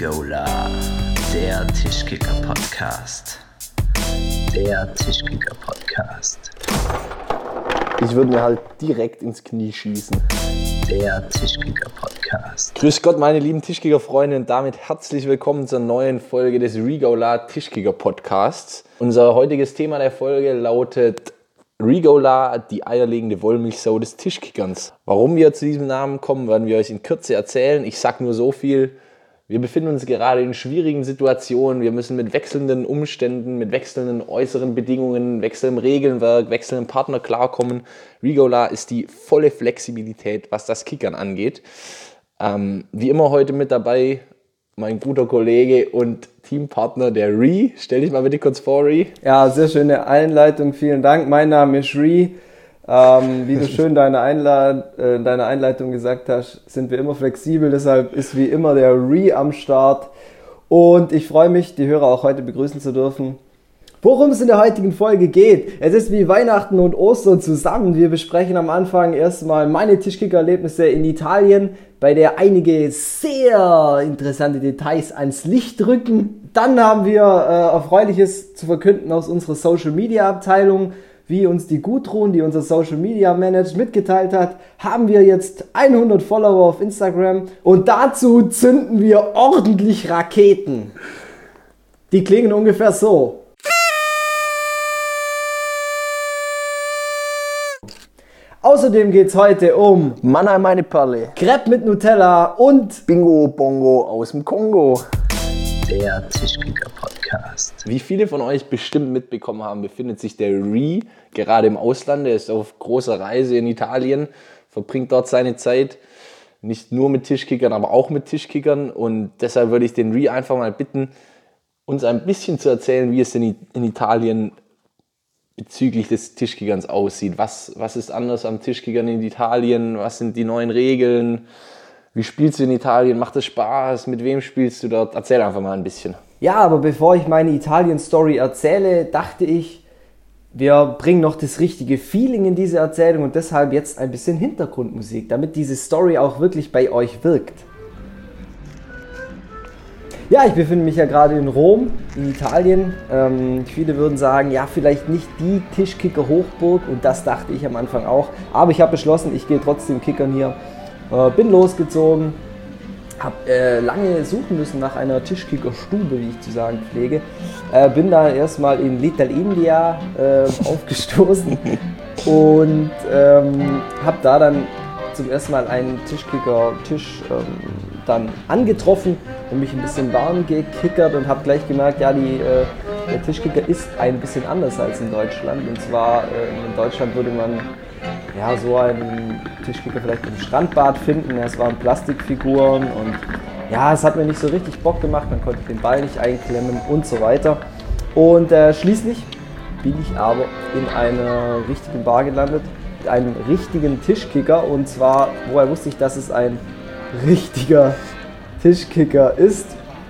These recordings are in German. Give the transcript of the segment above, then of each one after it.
Rigola, der Tischkicker-Podcast. Der Tischkicker-Podcast. Ich würde mir halt direkt ins Knie schießen. Der Tischkicker-Podcast. Grüß Gott, meine lieben Tischkicker-Freunde, und damit herzlich willkommen zur neuen Folge des Rigola Tischkicker-Podcasts. Unser heutiges Thema der Folge lautet Rigola, die eierlegende Wollmilchsau des Tischkickerns. Warum wir zu diesem Namen kommen, werden wir euch in Kürze erzählen. Ich sag nur so viel: Wir befinden uns gerade in schwierigen Situationen. Wir müssen mit wechselnden Umständen, mit wechselnden äußeren Bedingungen, wechselndem Regelwerk, wechselndem Partner klarkommen. Rigola ist die volle Flexibilität, was das Kickern angeht. Wie immer heute mit dabei mein guter Kollege und Teampartner, der Ri. Stell dich mal bitte kurz vor, Ri. Ja, sehr schöne Einleitung, vielen Dank. Mein Name ist Ri. Wie du schön deine Einleitung gesagt hast, sind wir immer flexibel, deshalb ist wie immer der Ri am Start. Und ich freue mich, die Hörer auch heute begrüßen zu dürfen. Worum es in der heutigen Folge geht: Es ist wie Weihnachten und Ostern zusammen. Wir besprechen am Anfang erstmal meine Tischkicker-Erlebnisse in Italien, bei der einige sehr interessante Details ans Licht rücken. Dann haben wir Erfreuliches zu verkünden aus unserer Social-Media-Abteilung, wie uns die Gudrun, die unser Social Media managt, mitgeteilt hat, haben wir jetzt 100 Follower auf Instagram und dazu zünden wir ordentlich Raketen. Die klingen ungefähr so. Außerdem geht es heute um Mannheim meine Perle, Crepe mit Nutella und Bingo Bongo aus dem Kongo. Der Tischkicker-Podcast. Wie viele von euch bestimmt mitbekommen haben, befindet sich der Ri gerade im Ausland. Er ist auf großer Reise in Italien, verbringt dort seine Zeit, nicht nur mit Tischkickern, aber auch mit Tischkickern. Und deshalb würde ich den Ri einfach mal bitten, uns ein bisschen zu erzählen, wie es in Italien bezüglich des Tischkickerns aussieht. Was ist anders am Tischkickern in Italien? Was sind die neuen Regeln? Wie spielst du in Italien? Macht es Spaß? Mit wem spielst du dort? Erzähl einfach mal ein bisschen. Ja, aber bevor ich meine Italien-Story erzähle, dachte ich, wir bringen noch das richtige Feeling in diese Erzählung und deshalb jetzt ein bisschen Hintergrundmusik, damit diese Story auch wirklich bei euch wirkt. Ja, ich befinde mich ja gerade in Rom, in Italien. Viele würden sagen, ja, vielleicht nicht die Tischkicker-Hochburg, und das dachte ich am Anfang auch. Aber ich habe beschlossen, ich gehe trotzdem kickern hier. Bin losgezogen, habe lange suchen müssen nach einer Tischkickerstube, wie ich zu sagen pflege. Bin da erstmal in Little India aufgestoßen und habe da dann zum ersten Mal einen Tischkicker-Tisch dann angetroffen und mich ein bisschen warm gekickert und habe gleich gemerkt, ja, der Tischkicker ist ein bisschen anders als in Deutschland. Und zwar in Deutschland würde man ja so einen Tischkicker vielleicht im Strandbad finden. Es waren Plastikfiguren und ja, es hat mir nicht so richtig Bock gemacht, man konnte den Ball nicht einklemmen und so weiter. Und schließlich bin ich aber in einer richtigen Bar gelandet, mit einem richtigen Tischkicker, und zwar, woher wusste ich, dass es ein richtiger Tischkicker ist?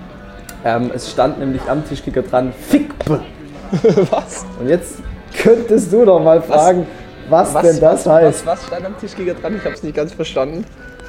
Es stand nämlich am Tischkicker dran, Fickbe. Was? Und jetzt könntest du doch mal fragen, was denn das heißt. Was stand am Tischkicker dran? Ich habe es nicht ganz verstanden.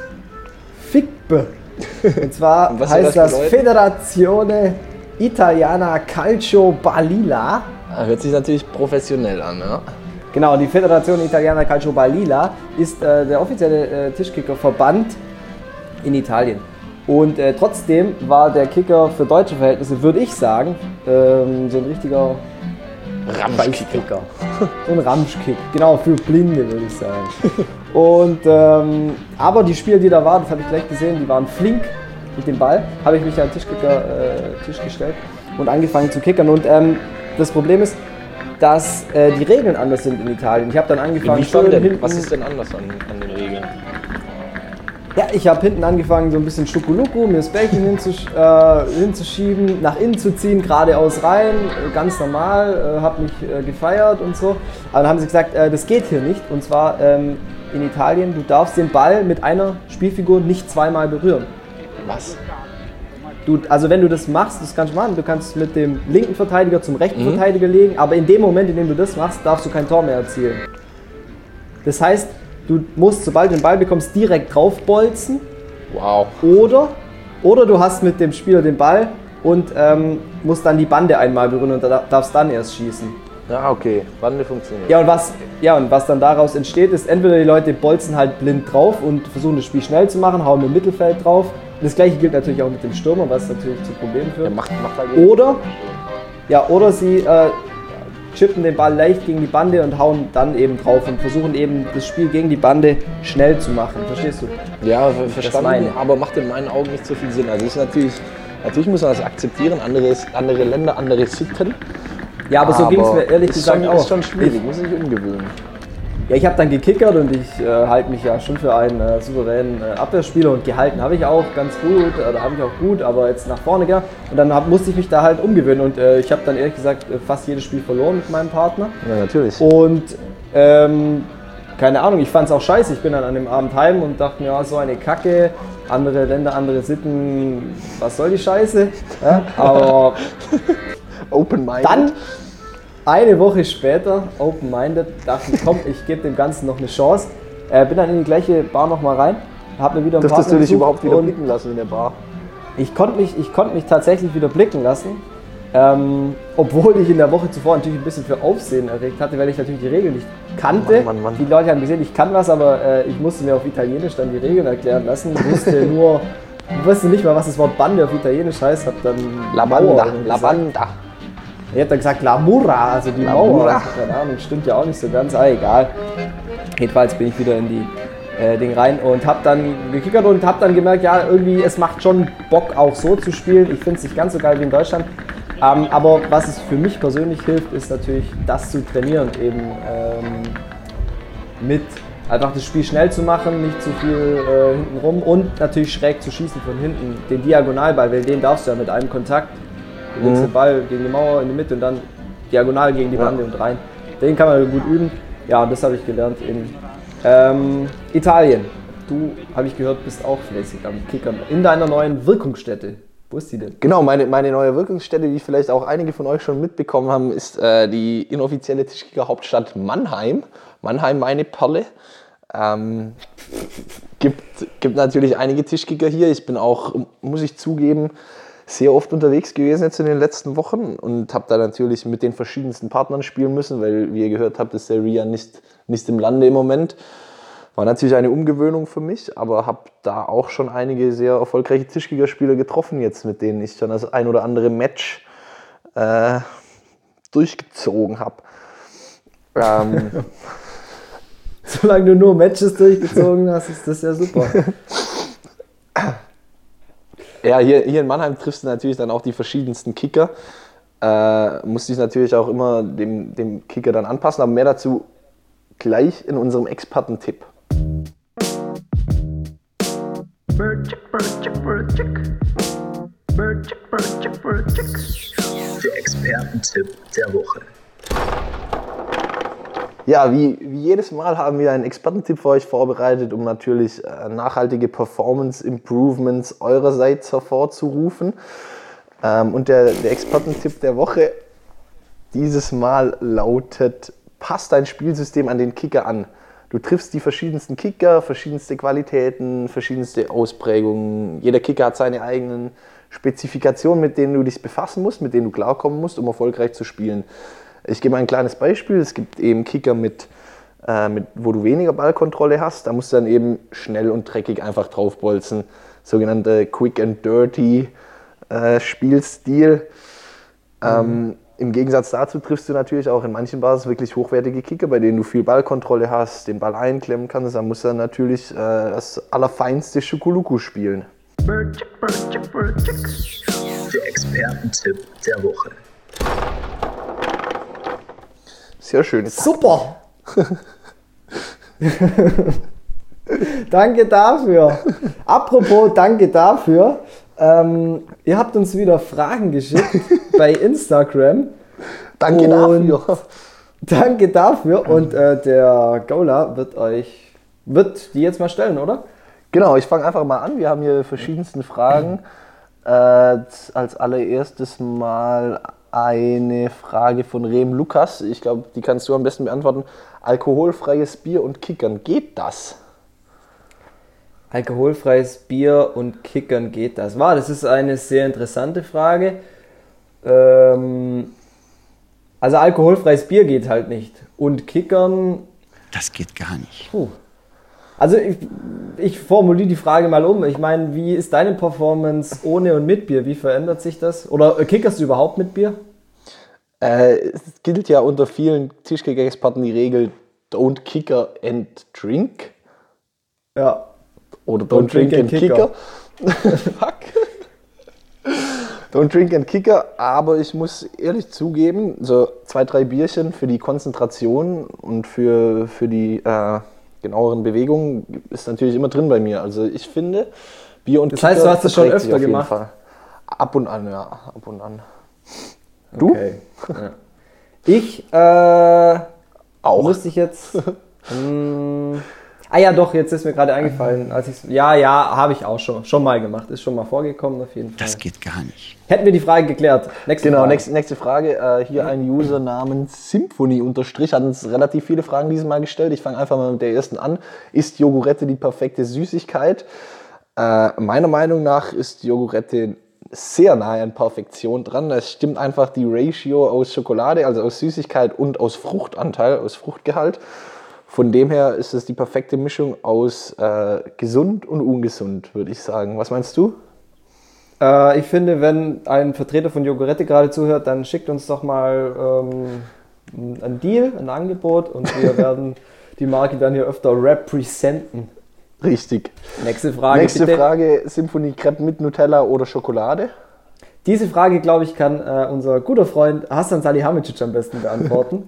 Fickbe. Und zwar Und heißt das Federazione Italiana Calcio Balilla. Hört sich natürlich professionell an, ja? Genau, die Federazione Italiana Calcio Balilla ist der offizielle Tischkickerverband in Italien. Und trotzdem war der Kicker für deutsche Verhältnisse, würde ich sagen, so ein richtiger Ramschkicker. So ein Ramschkick, genau, für Blinde, würde ich sagen. Und aber die Spieler, die da waren, das habe ich gleich gesehen, die waren flink mit dem Ball. Habe ich mich an den Tisch gestellt und angefangen zu kickern. Und das Problem ist, dass die Regeln anders sind in Italien. Ich habe dann angefangen, Was ist denn anders an den Regeln? Ja, ich habe hinten angefangen, so ein bisschen Schukuluku, mir das Bällchen hinzuschieben, nach innen zu ziehen, geradeaus rein, ganz normal, habe mich gefeiert und so. Aber dann haben sie gesagt, das geht hier nicht. Und zwar in Italien, du darfst den Ball mit einer Spielfigur nicht zweimal berühren. Was? Also wenn du das machst, das kannst du machen, du kannst mit dem linken Verteidiger zum rechten Verteidiger legen, aber in dem Moment, in dem du das machst, darfst du kein Tor mehr erzielen. Das heißt, du musst, sobald du den Ball bekommst, direkt draufbolzen. Wow. Oder Oder du hast mit dem Spieler den Ball und musst dann die Bande einmal berühren und darfst dann erst schießen. Ja, okay, Bande funktioniert. Und was dann daraus entsteht, ist entweder die Leute bolzen halt blind drauf und versuchen das Spiel schnell zu machen, hauen im Mittelfeld drauf. Und das gleiche gilt natürlich auch mit dem Stürmer, was natürlich zu Problemen führt. Macht halt Oder sie chippen den Ball leicht gegen die Bande und hauen dann eben drauf und versuchen eben das Spiel gegen die Bande schnell zu machen. Verstehst du? Ja, verstanden, aber macht in meinen Augen nicht so viel Sinn. Also ist natürlich muss man das akzeptieren, andere Länder, andere Sitten. Ja, aber so ging es mir ehrlich gesagt auch. Ist schon schwierig, muss ich umgewöhnen. Ja, ich habe dann gekickert und ich halte mich ja schon für einen souveränen Abwehrspieler und gehalten habe ich auch ganz gut, oder habe ich auch gut, aber jetzt nach vorne gegangen und dann musste ich mich da halt umgewöhnen und ich habe dann ehrlich gesagt fast jedes Spiel verloren mit meinem Partner. Ja, natürlich. Und keine Ahnung, ich fand es auch scheiße, ich bin dann an dem Abend heim und dachte mir, ja, so eine Kacke, andere Länder, andere Sitten, was soll die Scheiße? Ja, aber Open-minded. Dann eine Woche später, open-minded, dachte ich, komm, ich gebe dem Ganzen noch eine Chance. Bin dann in die gleiche Bar nochmal rein, habe mir wieder einen Dürftest Partner du dich gesucht überhaupt wieder und blicken lassen in der Bar? Ich konnte mich tatsächlich wieder blicken lassen, obwohl ich in der Woche zuvor natürlich ein bisschen für Aufsehen erregt hatte, weil ich natürlich die Regeln nicht kannte. Mann. Die Leute haben gesehen, ich kann was, aber ich musste mir auf Italienisch dann die Regeln erklären lassen. Ich wusste nicht mal, was das Wort Bande auf Italienisch heißt, hab dann La Banda. Ich hab dann gesagt La Mura, also die Mauer. Also, keine Ahnung, stimmt ja auch nicht so ganz, egal. Jedenfalls bin ich wieder in die Ding rein und hab dann gekickert und hab dann gemerkt, ja, irgendwie, es macht schon Bock auch so zu spielen. Ich finde es nicht ganz so geil wie in Deutschland. Aber was es für mich persönlich hilft, ist natürlich das zu trainieren, eben mit einfach das Spiel schnell zu machen, nicht zu viel hinten rum und natürlich schräg zu schießen von hinten, den Diagonalball, weil den darfst du ja mit einem Kontakt. Du legst den Ball gegen die Mauer in die Mitte und dann diagonal gegen die Bande und rein. Den kann man gut üben. Ja, und das habe ich gelernt in Italien. Du, habe ich gehört, bist auch fleißig am Kickern in deiner neuen Wirkungsstätte. Wo ist die denn? Genau, meine neue Wirkungsstätte, die vielleicht auch einige von euch schon mitbekommen haben, ist die inoffizielle Tischkicker-Hauptstadt Mannheim. Mannheim, meine Perle. Gibt natürlich einige Tischkicker hier. Ich bin auch, muss ich zugeben, sehr oft unterwegs gewesen jetzt in den letzten Wochen und habe da natürlich mit den verschiedensten Partnern spielen müssen, weil, wie ihr gehört habt, ist der Rian nicht im Lande im Moment. War natürlich eine Umgewöhnung für mich, aber habe da auch schon einige sehr erfolgreiche Tischkicker-Spieler getroffen jetzt, mit denen ich dann das ein oder andere Match durchgezogen habe. Solange du nur Matches durchgezogen hast, ist das ja super. Ja, hier in Mannheim triffst du natürlich dann auch die verschiedensten Kicker. Musst dich natürlich auch immer dem Kicker dann anpassen, aber mehr dazu gleich in unserem Experten-Tipp. Der Experten-Tipp der Woche. Ja, wie jedes Mal haben wir einen Expertentipp für euch vorbereitet, um natürlich nachhaltige Performance-Improvements eurerseits hervorzurufen. Und der Expertentipp der Woche dieses Mal lautet: Passt dein Spielsystem an den Kicker an. Du triffst die verschiedensten Kicker, verschiedenste Qualitäten, verschiedenste Ausprägungen. Jeder Kicker hat seine eigenen Spezifikationen, mit denen du dich befassen musst, mit denen du klarkommen musst, um erfolgreich zu spielen. Ich gebe ein kleines Beispiel. Es gibt eben Kicker, wo du weniger Ballkontrolle hast. Da musst du dann eben schnell und dreckig einfach draufbolzen. Sogenannte Quick and Dirty Spielstil. Im Gegensatz dazu triffst du natürlich auch in manchen Bars wirklich hochwertige Kicker, bei denen du viel Ballkontrolle hast, den Ball einklemmen kannst. Da musst du dann natürlich das allerfeinste Schukuluku spielen. Der Expertentipp der Woche. Sehr schön. Super! Danke dafür. Apropos danke dafür. Ihr habt uns wieder Fragen geschickt bei Instagram. Danke dafür. Danke dafür. Und der Gola wird die jetzt mal stellen, oder? Genau, ich fange einfach mal an. Wir haben hier verschiedensten Fragen. Als allererstes mal eine Frage von Rehm Lukas. Ich glaube, die kannst du am besten beantworten. Alkoholfreies Bier und Kickern, geht das? Alkoholfreies Bier und Kickern geht das? Das ist eine sehr interessante Frage. Also alkoholfreies Bier geht halt nicht. Und Kickern... Das geht gar nicht. Also ich formuliere die Frage mal um. Ich meine, wie ist deine Performance ohne und mit Bier? Wie verändert sich das? Oder kickerst du überhaupt mit Bier? Es gilt ja unter vielen Tischkicker-Experten die Regel Don't kicker and drink. Ja. Oder Don't drink and kicker. Fuck. Don't drink and kicker. Aber ich muss ehrlich zugeben, so 2-3 Bierchen für die Konzentration und für die genaueren Bewegungen ist natürlich immer drin bei mir. Also ich finde, Bier und Kicker... Das heißt, du hast es schon öfter gemacht? Fall. Ab und an, ja. Ab und an. Du? Okay. Ja. Ich auch. Musste ich jetzt... ja doch, jetzt ist mir gerade eingefallen. Habe ich auch schon mal gemacht. Ist schon mal vorgekommen auf jeden Fall. Das geht gar nicht. Hätten wir die Frage geklärt. Nächste Frage. Hier ein User namens Symphony_ hat uns relativ viele Fragen dieses Mal gestellt. Ich fange einfach mal mit der ersten an. Ist Jogurette die perfekte Süßigkeit? Meiner Meinung nach ist Jogurette sehr nahe an Perfektion dran. Es stimmt einfach die Ratio aus Schokolade, also aus Süßigkeit und aus Fruchtanteil, aus Fruchtgehalt. Von dem her ist es die perfekte Mischung aus gesund und ungesund, würde ich sagen. Was meinst du? Ich finde, wenn ein Vertreter von Jogurette gerade zuhört, dann schickt uns doch mal ein Deal, ein Angebot und wir werden die Marke dann hier öfter representen. Richtig. Nächste Frage, Symphony Crepe mit Nutella oder Schokolade? Diese Frage, glaube ich, kann unser guter Freund Hasan Salihamidzic am besten beantworten.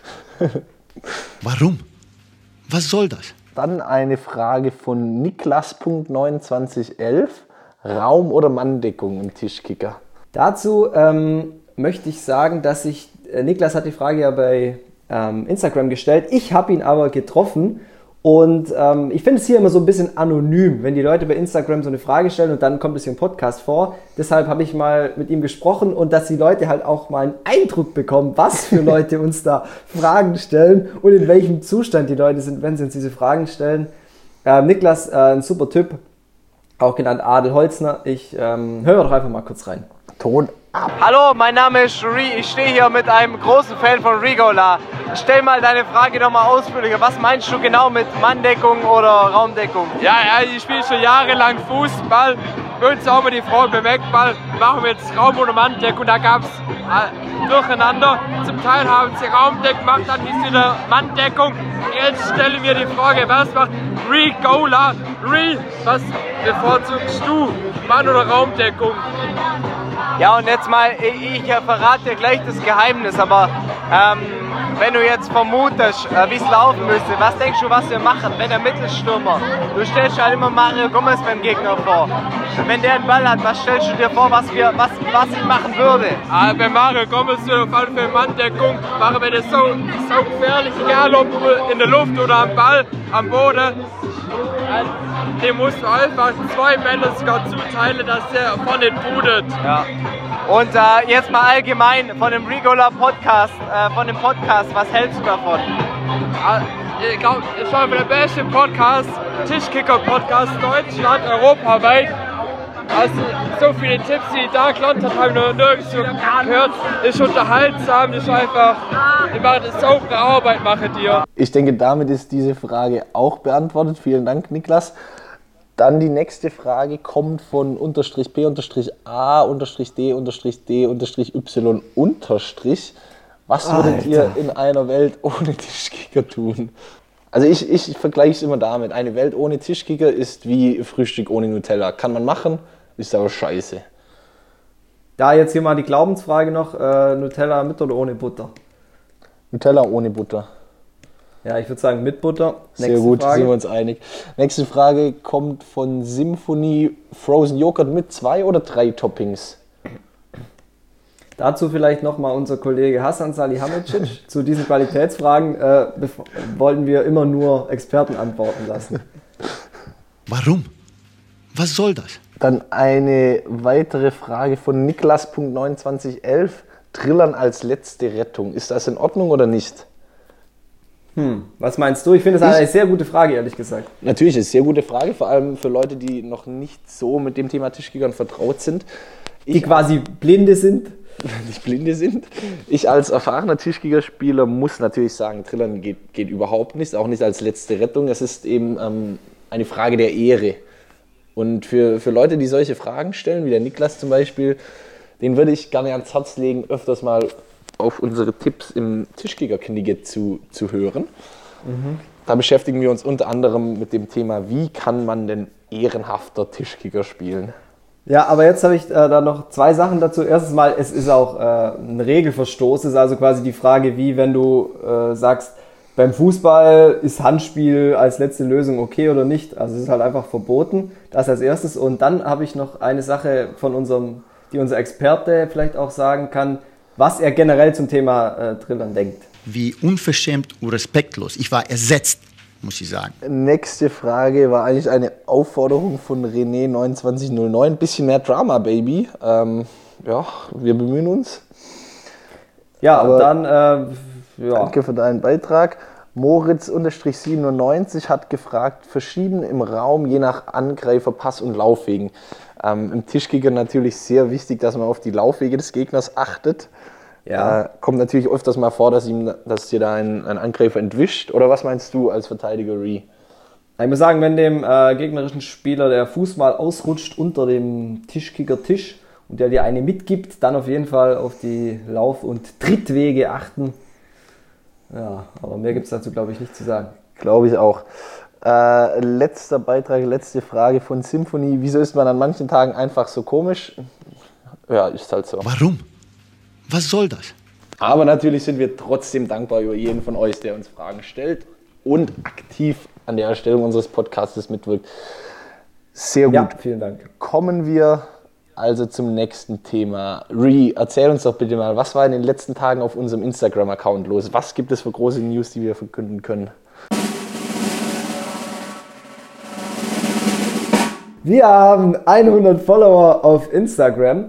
Warum? Was soll das? Dann eine Frage von Niklas.2911. Raum- oder Manndeckung im Tischkicker? Dazu möchte ich sagen, dass Niklas hat die Frage ja bei Instagram gestellt. Ich habe ihn aber getroffen und ich finde es hier immer so ein bisschen anonym, wenn die Leute bei Instagram so eine Frage stellen und dann kommt es hier im Podcast vor. Deshalb habe ich mal mit ihm gesprochen und dass die Leute halt auch mal einen Eindruck bekommen, was für Leute uns da Fragen stellen und in welchem Zustand die Leute sind, wenn sie uns diese Fragen stellen. Niklas, ein super Typ. Auch genannt Adel Holzner. Hören wir doch einfach mal kurz rein. Ton ab. Hallo, mein Name ist Shuri. Ich stehe hier mit einem großen Fan von Rigola. Stell mal deine Frage nochmal ausführlicher. Was meinst du genau mit Manndeckung oder Raumdeckung? Ja, ich spiele schon jahrelang Fußball. Bei uns auch mal die Frage beim Eckball. Machen wir jetzt Raum- oder Manndeckung? Da gab es Durcheinander. Zum Teil haben sie Raumdeckung gemacht, dann ist wieder Manndeckung. Jetzt stelle mir die Frage, was macht Rigola? Was bevorzugst du? Mann- oder Raumdeckung? Ja, und jetzt mal, ich verrate dir gleich das Geheimnis, aber wenn du jetzt vermutest, wie es laufen müsste, was denkst du, was wir machen, wenn der Mittelstürmer, du stellst halt immer Mario Gomez beim Gegner vor, wenn der einen Ball hat, was stellst du dir vor, was ich machen würde? Bei Mario Gomez auf alle Fälle Manndeckung, machen wir das so gefährlich, egal ob in der Luft oder am Ball, am Boden. Dem musst du einfach 2 Männer sogar zuteilen, dass der vorne budet. Ja. Und jetzt mal allgemein von dem Rigola Podcast, was hältst du davon? Ich glaube, ich war der beste Podcast, Tischkicker-Podcast Deutschland, europaweit. Also so viele Tipps, die ich da gelernt habe, habe ich noch nirgends gehört. Ist unterhaltsam, ist einfach, ich mache eine saubere Arbeit, mache dir. Ich denke, damit ist diese Frage auch beantwortet. Vielen Dank, Niklas. Dann die nächste Frage kommt von _p_a_d_d_y_. Was würdet ihr in einer Welt ohne Tischkicker tun? Also ich vergleiche es immer damit. Eine Welt ohne Tischkicker ist wie Frühstück ohne Nutella. Kann man machen, ist aber scheiße. Da jetzt hier mal die Glaubensfrage noch. Nutella mit oder ohne Butter? Nutella ohne Butter. Ja, ich würde sagen mit Butter. Sehr gut, sind wir uns einig. Nächste Frage kommt von Symphony. Frozen Joghurt mit 2 oder 3 Toppings? Dazu vielleicht nochmal unser Kollege Hasan Salihamidzic. Zu diesen Qualitätsfragen wollten wir immer nur Experten antworten lassen. Warum? Was soll das? Dann eine weitere Frage von Niklas.2911. Trillern als letzte Rettung. Ist das in Ordnung oder nicht? Was meinst du? Ich finde das eine sehr gute Frage, ehrlich gesagt. Natürlich ist es eine sehr gute Frage, vor allem für Leute, die noch nicht so mit dem Thema Tischkickern vertraut sind. Die quasi Blinde sind. Nicht Blinde sind. Ich als erfahrener Tischkickerspieler muss natürlich sagen, Trillern geht überhaupt nicht, auch nicht als letzte Rettung. Es ist eben eine Frage der Ehre. Und für Leute, die solche Fragen stellen, wie der Niklas zum Beispiel, den würde ich gerne ans Herz legen, öfters mal auf unsere Tipps im Tischkicker-Knigge zu hören. Da beschäftigen wir uns unter anderem mit dem Thema, wie kann man denn ehrenhafter Tischkicker spielen? Ja, aber jetzt habe ich da noch zwei Sachen dazu. Erstens mal, es ist auch ein Regelverstoß. Es ist also quasi die Frage, wie wenn du sagst, beim Fußball ist Handspiel als letzte Lösung okay oder nicht. Also es ist halt einfach verboten. Das als erstes. Und dann habe ich noch eine Sache die unser Experte vielleicht auch sagen kann, was er generell zum Thema Trillern denkt. Wie unverschämt und respektlos. Ich war ersetzt, muss ich sagen. Nächste Frage war eigentlich eine Aufforderung von René2909. Ein bisschen mehr Drama, Baby. Ja, wir bemühen uns. Ja, aber dann... Danke für deinen Beitrag. Moritz-97 hat gefragt, verschieben im Raum je nach Angreifer, Pass- und Laufwegen. Im Tischkicker natürlich sehr wichtig, dass man auf die Laufwege des Gegners achtet. Ja. Kommt natürlich öfters mal vor, dass dir da ein Angreifer entwischt. Oder was meinst du als Verteidiger, Ree? Ich muss sagen, wenn dem gegnerischen Spieler der Fuß mal ausrutscht unter dem Tischkicker-Tisch und der dir eine mitgibt, dann auf jeden Fall auf die Lauf- und Trittwege achten. Ja, aber mehr gibt es dazu, glaube ich, nicht zu sagen. Glaube ich auch. Letzter Beitrag, letzte Frage von Symphony. Wieso ist man an manchen Tagen einfach so komisch? Ja, ist halt so. Warum? Was soll das? Aber natürlich sind wir trotzdem dankbar über jeden von euch, der uns Fragen stellt und aktiv an der Erstellung unseres Podcasts mitwirkt. Sehr gut. Ja, vielen Dank. Kommen wir also zum nächsten Thema. Ree, erzähl uns doch bitte mal, was war in den letzten Tagen auf unserem Instagram-Account los? Was gibt es für große News, die wir verkünden können? Wir haben 100 Follower auf Instagram.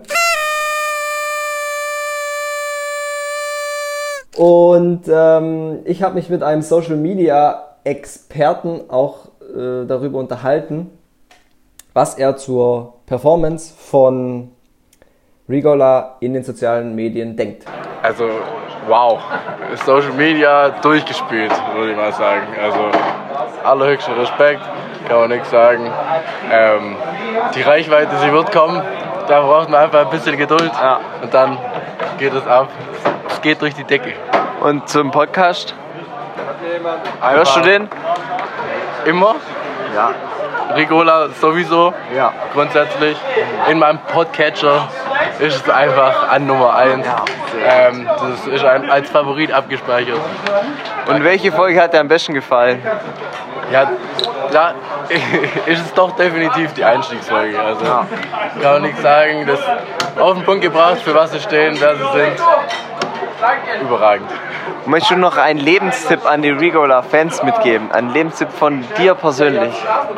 Und ich habe mich mit einem Social-Media-Experten auch darüber unterhalten, was er zur Performance von Rigola in den sozialen Medien denkt. Also, wow. Social Media durchgespielt, würde ich mal sagen. Also, allerhöchsten Respekt, kann man nichts sagen. Die Reichweite, sie wird kommen. Da braucht man einfach ein bisschen Geduld. Ja. Und dann geht es ab. Es geht durch die Decke. Und zum Podcast? Hörst du den? Immer? Ja. Rigola sowieso, Ja. grundsätzlich. In meinem Podcatcher ist es einfach an Nummer 1. Ja. Das ist als Favorit abgespeichert. Und welche Folge hat dir am besten gefallen? Ja, da ist es doch definitiv die Einstiegsfolge. Also kann man nichts sagen. Das auf den Punkt gebracht, für was sie stehen, wer sie sind. Überragend. Möchtest du noch einen Lebenstipp an die Rigola-Fans mitgeben? Einen Lebenstipp von dir persönlich?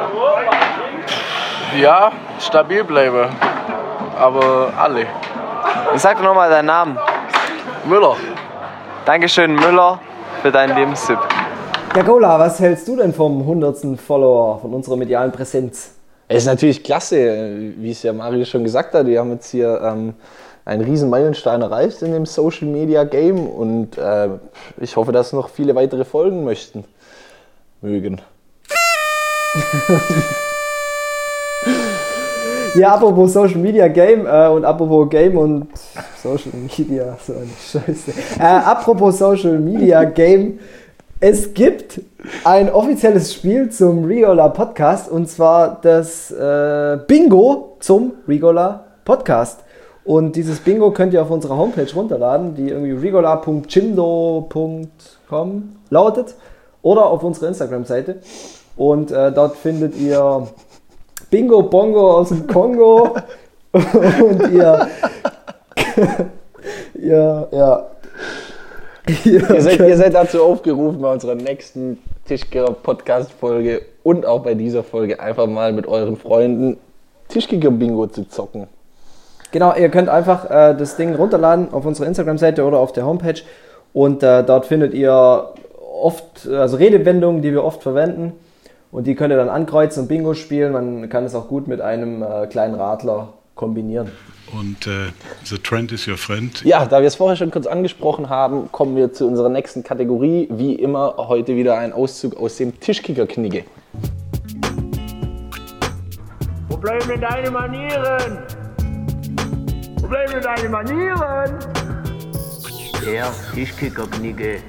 Ja, stabil bleiben. Aber alle. Und sag doch nochmal deinen Namen. Müller. Dankeschön, Müller, für deinen Lebenstipp. Ja, Gola, was hältst du denn vom 100. Follower, von unserer medialen Präsenz? Es ist natürlich klasse, wie es ja Marius schon gesagt hat. Wir haben jetzt hier einen riesen Meilenstein erreicht in dem Social Media Game und ich hoffe, dass noch viele weitere folgen mögen. Ja, apropos Social Media Game und apropos Game und Social Media, so eine Scheiße. Apropos Social Media Game, es gibt ein offizielles Spiel zum Rigola Podcast und zwar das Bingo zum Rigola Podcast. Und dieses Bingo könnt ihr auf unserer Homepage runterladen, die irgendwie rigola.chindo.com lautet oder auf unserer Instagram-Seite. Und dort findet ihr Bingo Bongo aus dem Kongo und ihr seid dazu aufgerufen, bei unserer nächsten Tischkicker-Podcast-Folge und auch bei dieser Folge einfach mal mit euren Freunden Tischkicker-Bingo zu zocken. Genau, ihr könnt einfach das Ding runterladen auf unserer Instagram-Seite oder auf der Homepage und dort findet ihr also Redewendungen, die wir oft verwenden. Und die könnt ihr dann ankreuzen und Bingo spielen. Man kann es auch gut mit einem kleinen Radler kombinieren. Und the trend is your friend. Ja, da wir es vorher schon kurz angesprochen haben, kommen wir zu unserer nächsten Kategorie. Wie immer heute wieder ein Auszug aus dem Tischkicker-Knigge. Wo bleiben denn deine Manieren? Wo bleiben denn deine Manieren? Der Tischkicker-Knigge.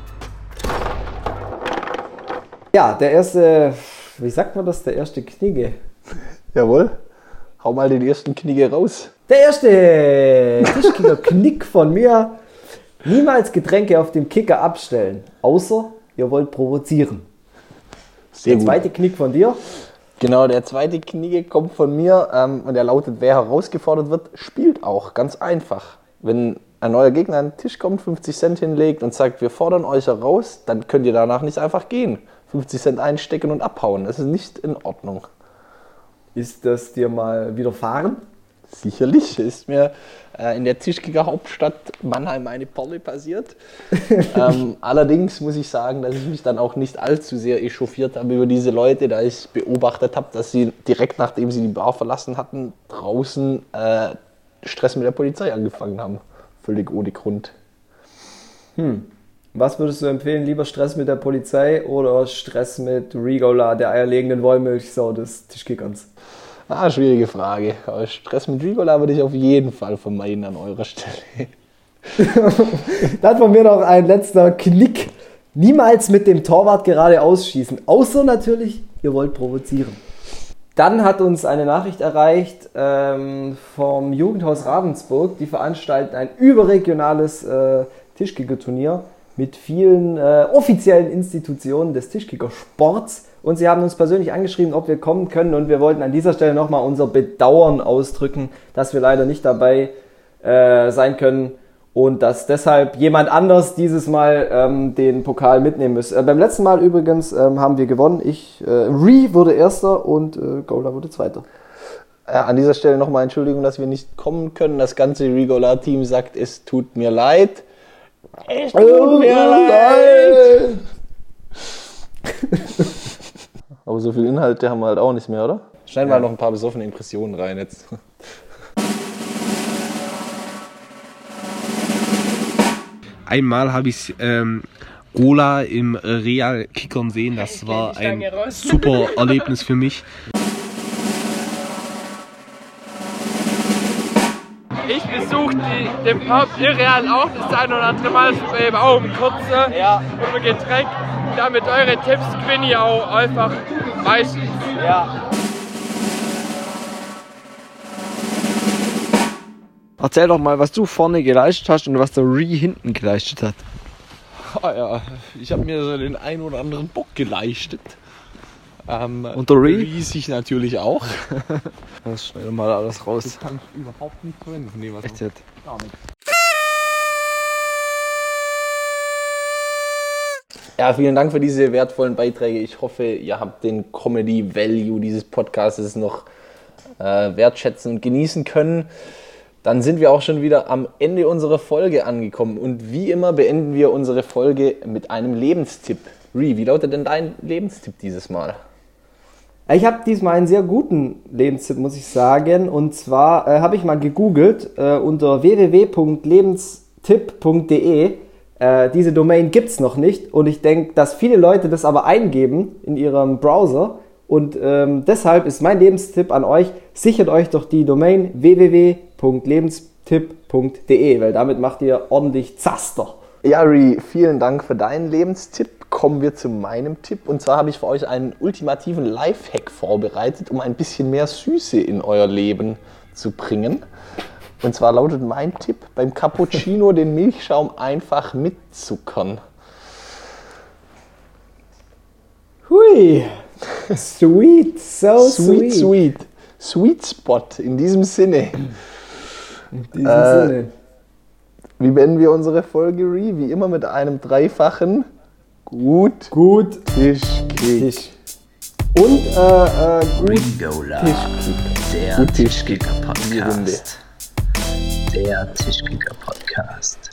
Ja, der erste, wie sagt man das, der erste Knigge? Jawohl, hau mal den ersten Knigge raus. Der erste Tischkicker-Knick von mir. Niemals Getränke auf dem Kicker abstellen, außer ihr wollt provozieren. Sehr Der gut. zweite Knick von dir. Genau, der zweite Knigge kommt von mir und der lautet, wer herausgefordert wird, spielt auch. Ganz einfach. Wenn ein neuer Gegner an den Tisch kommt, 50 Cent hinlegt und sagt, wir fordern euch heraus, dann könnt ihr danach nicht einfach gehen. 50 Cent einstecken und abhauen. Das ist nicht in Ordnung. Ist das dir mal widerfahren? Sicherlich ist mir in der Tischkicker-Hauptstadt Mannheim eine Perle passiert. Allerdings muss ich sagen, dass ich mich dann auch nicht allzu sehr echauffiert habe über diese Leute, da ich beobachtet habe, dass sie direkt nachdem sie die Bar verlassen hatten, draußen Stress mit der Polizei angefangen haben. Völlig ohne Grund. Was würdest du empfehlen? Lieber Stress mit der Polizei oder Stress mit Rigola, der eierlegenden Wollmilchsau des Tischkickerns? Schwierige Frage. Aber Stress mit Rigola würde ich auf jeden Fall vermeiden an eurer Stelle. Dann von mir noch ein letzter Knick. Niemals mit dem Torwart gerade ausschießen, außer natürlich, ihr wollt provozieren. Dann hat uns eine Nachricht erreicht vom Jugendhaus Ravensburg. Die veranstalten ein überregionales Tischkicker-Turnier mit vielen offiziellen Institutionen des Tischkicker-Sports. Und sie haben uns persönlich angeschrieben, ob wir kommen können. Und wir wollten an dieser Stelle nochmal unser Bedauern ausdrücken, dass wir leider nicht dabei sein können. Und dass deshalb jemand anders dieses Mal den Pokal mitnehmen muss. Beim letzten Mal übrigens haben wir gewonnen. Ree wurde Erster und Gola wurde Zweiter. An dieser Stelle nochmal Entschuldigung, dass wir nicht kommen können. Das ganze Rigola-Team sagt, es tut mir leid. Es tut mir leid. Aber so viel Inhalte haben wir halt auch nicht mehr, oder? Schneiden wir halt noch ein paar besoffene Impressionen rein jetzt. Einmal habe ich Gola im Real kickern sehen. Das war ein super Erlebnis für mich. Ich besuche den Pub Irreal auch das ein oder andere Mal, auch um kurze und ein Getränk. Da mit euren Tipps gewinne ich auch einfach meistens. Ja. Erzähl doch mal, was du vorne geleistet hast und was der Ree hinten geleistet hat. Ich habe mir so den einen oder anderen Bock geleistet. Und der Ree? Ree sich natürlich auch. Das schnell mal alles raus. Das kann ich überhaupt nicht verwenden von dem, was Echt jetzt? gar nicht. Ja, vielen Dank für diese wertvollen Beiträge. Ich hoffe, ihr habt den Comedy-Value dieses Podcasts noch wertschätzen und genießen können. Dann sind wir auch schon wieder am Ende unserer Folge angekommen. Und wie immer beenden wir unsere Folge mit einem Lebenstipp. Ree, wie lautet denn dein Lebenstipp dieses Mal? Ich habe diesmal einen sehr guten Lebenstipp, muss ich sagen. Und zwar habe ich mal gegoogelt unter www.lebenstipp.de. Diese Domain gibt es noch nicht. Und ich denke, dass viele Leute das aber eingeben in ihrem Browser. Und deshalb ist mein Lebenstipp an euch, sichert euch doch die Domain www.lebenstipp.de, weil damit macht ihr ordentlich Zaster. Ja, Ree, vielen Dank für deinen Lebenstipp. Kommen wir zu meinem Tipp. Und zwar habe ich für euch einen ultimativen Lifehack vorbereitet, um ein bisschen mehr Süße in euer Leben zu bringen. Und zwar lautet mein Tipp, beim Cappuccino den Milchschaum einfach mitzuckern. Hui, sweet, so sweet. Sweet. Sweet Spot, in diesem Sinne. In diesem Sinne. Wie beenden wir unsere Folge, Ree? Wie immer mit einem dreifachen Gut Tischkick. Und gut Rigola, Tischkick. der Tischkicker-Podcast. Der Tischkicker-Podcast.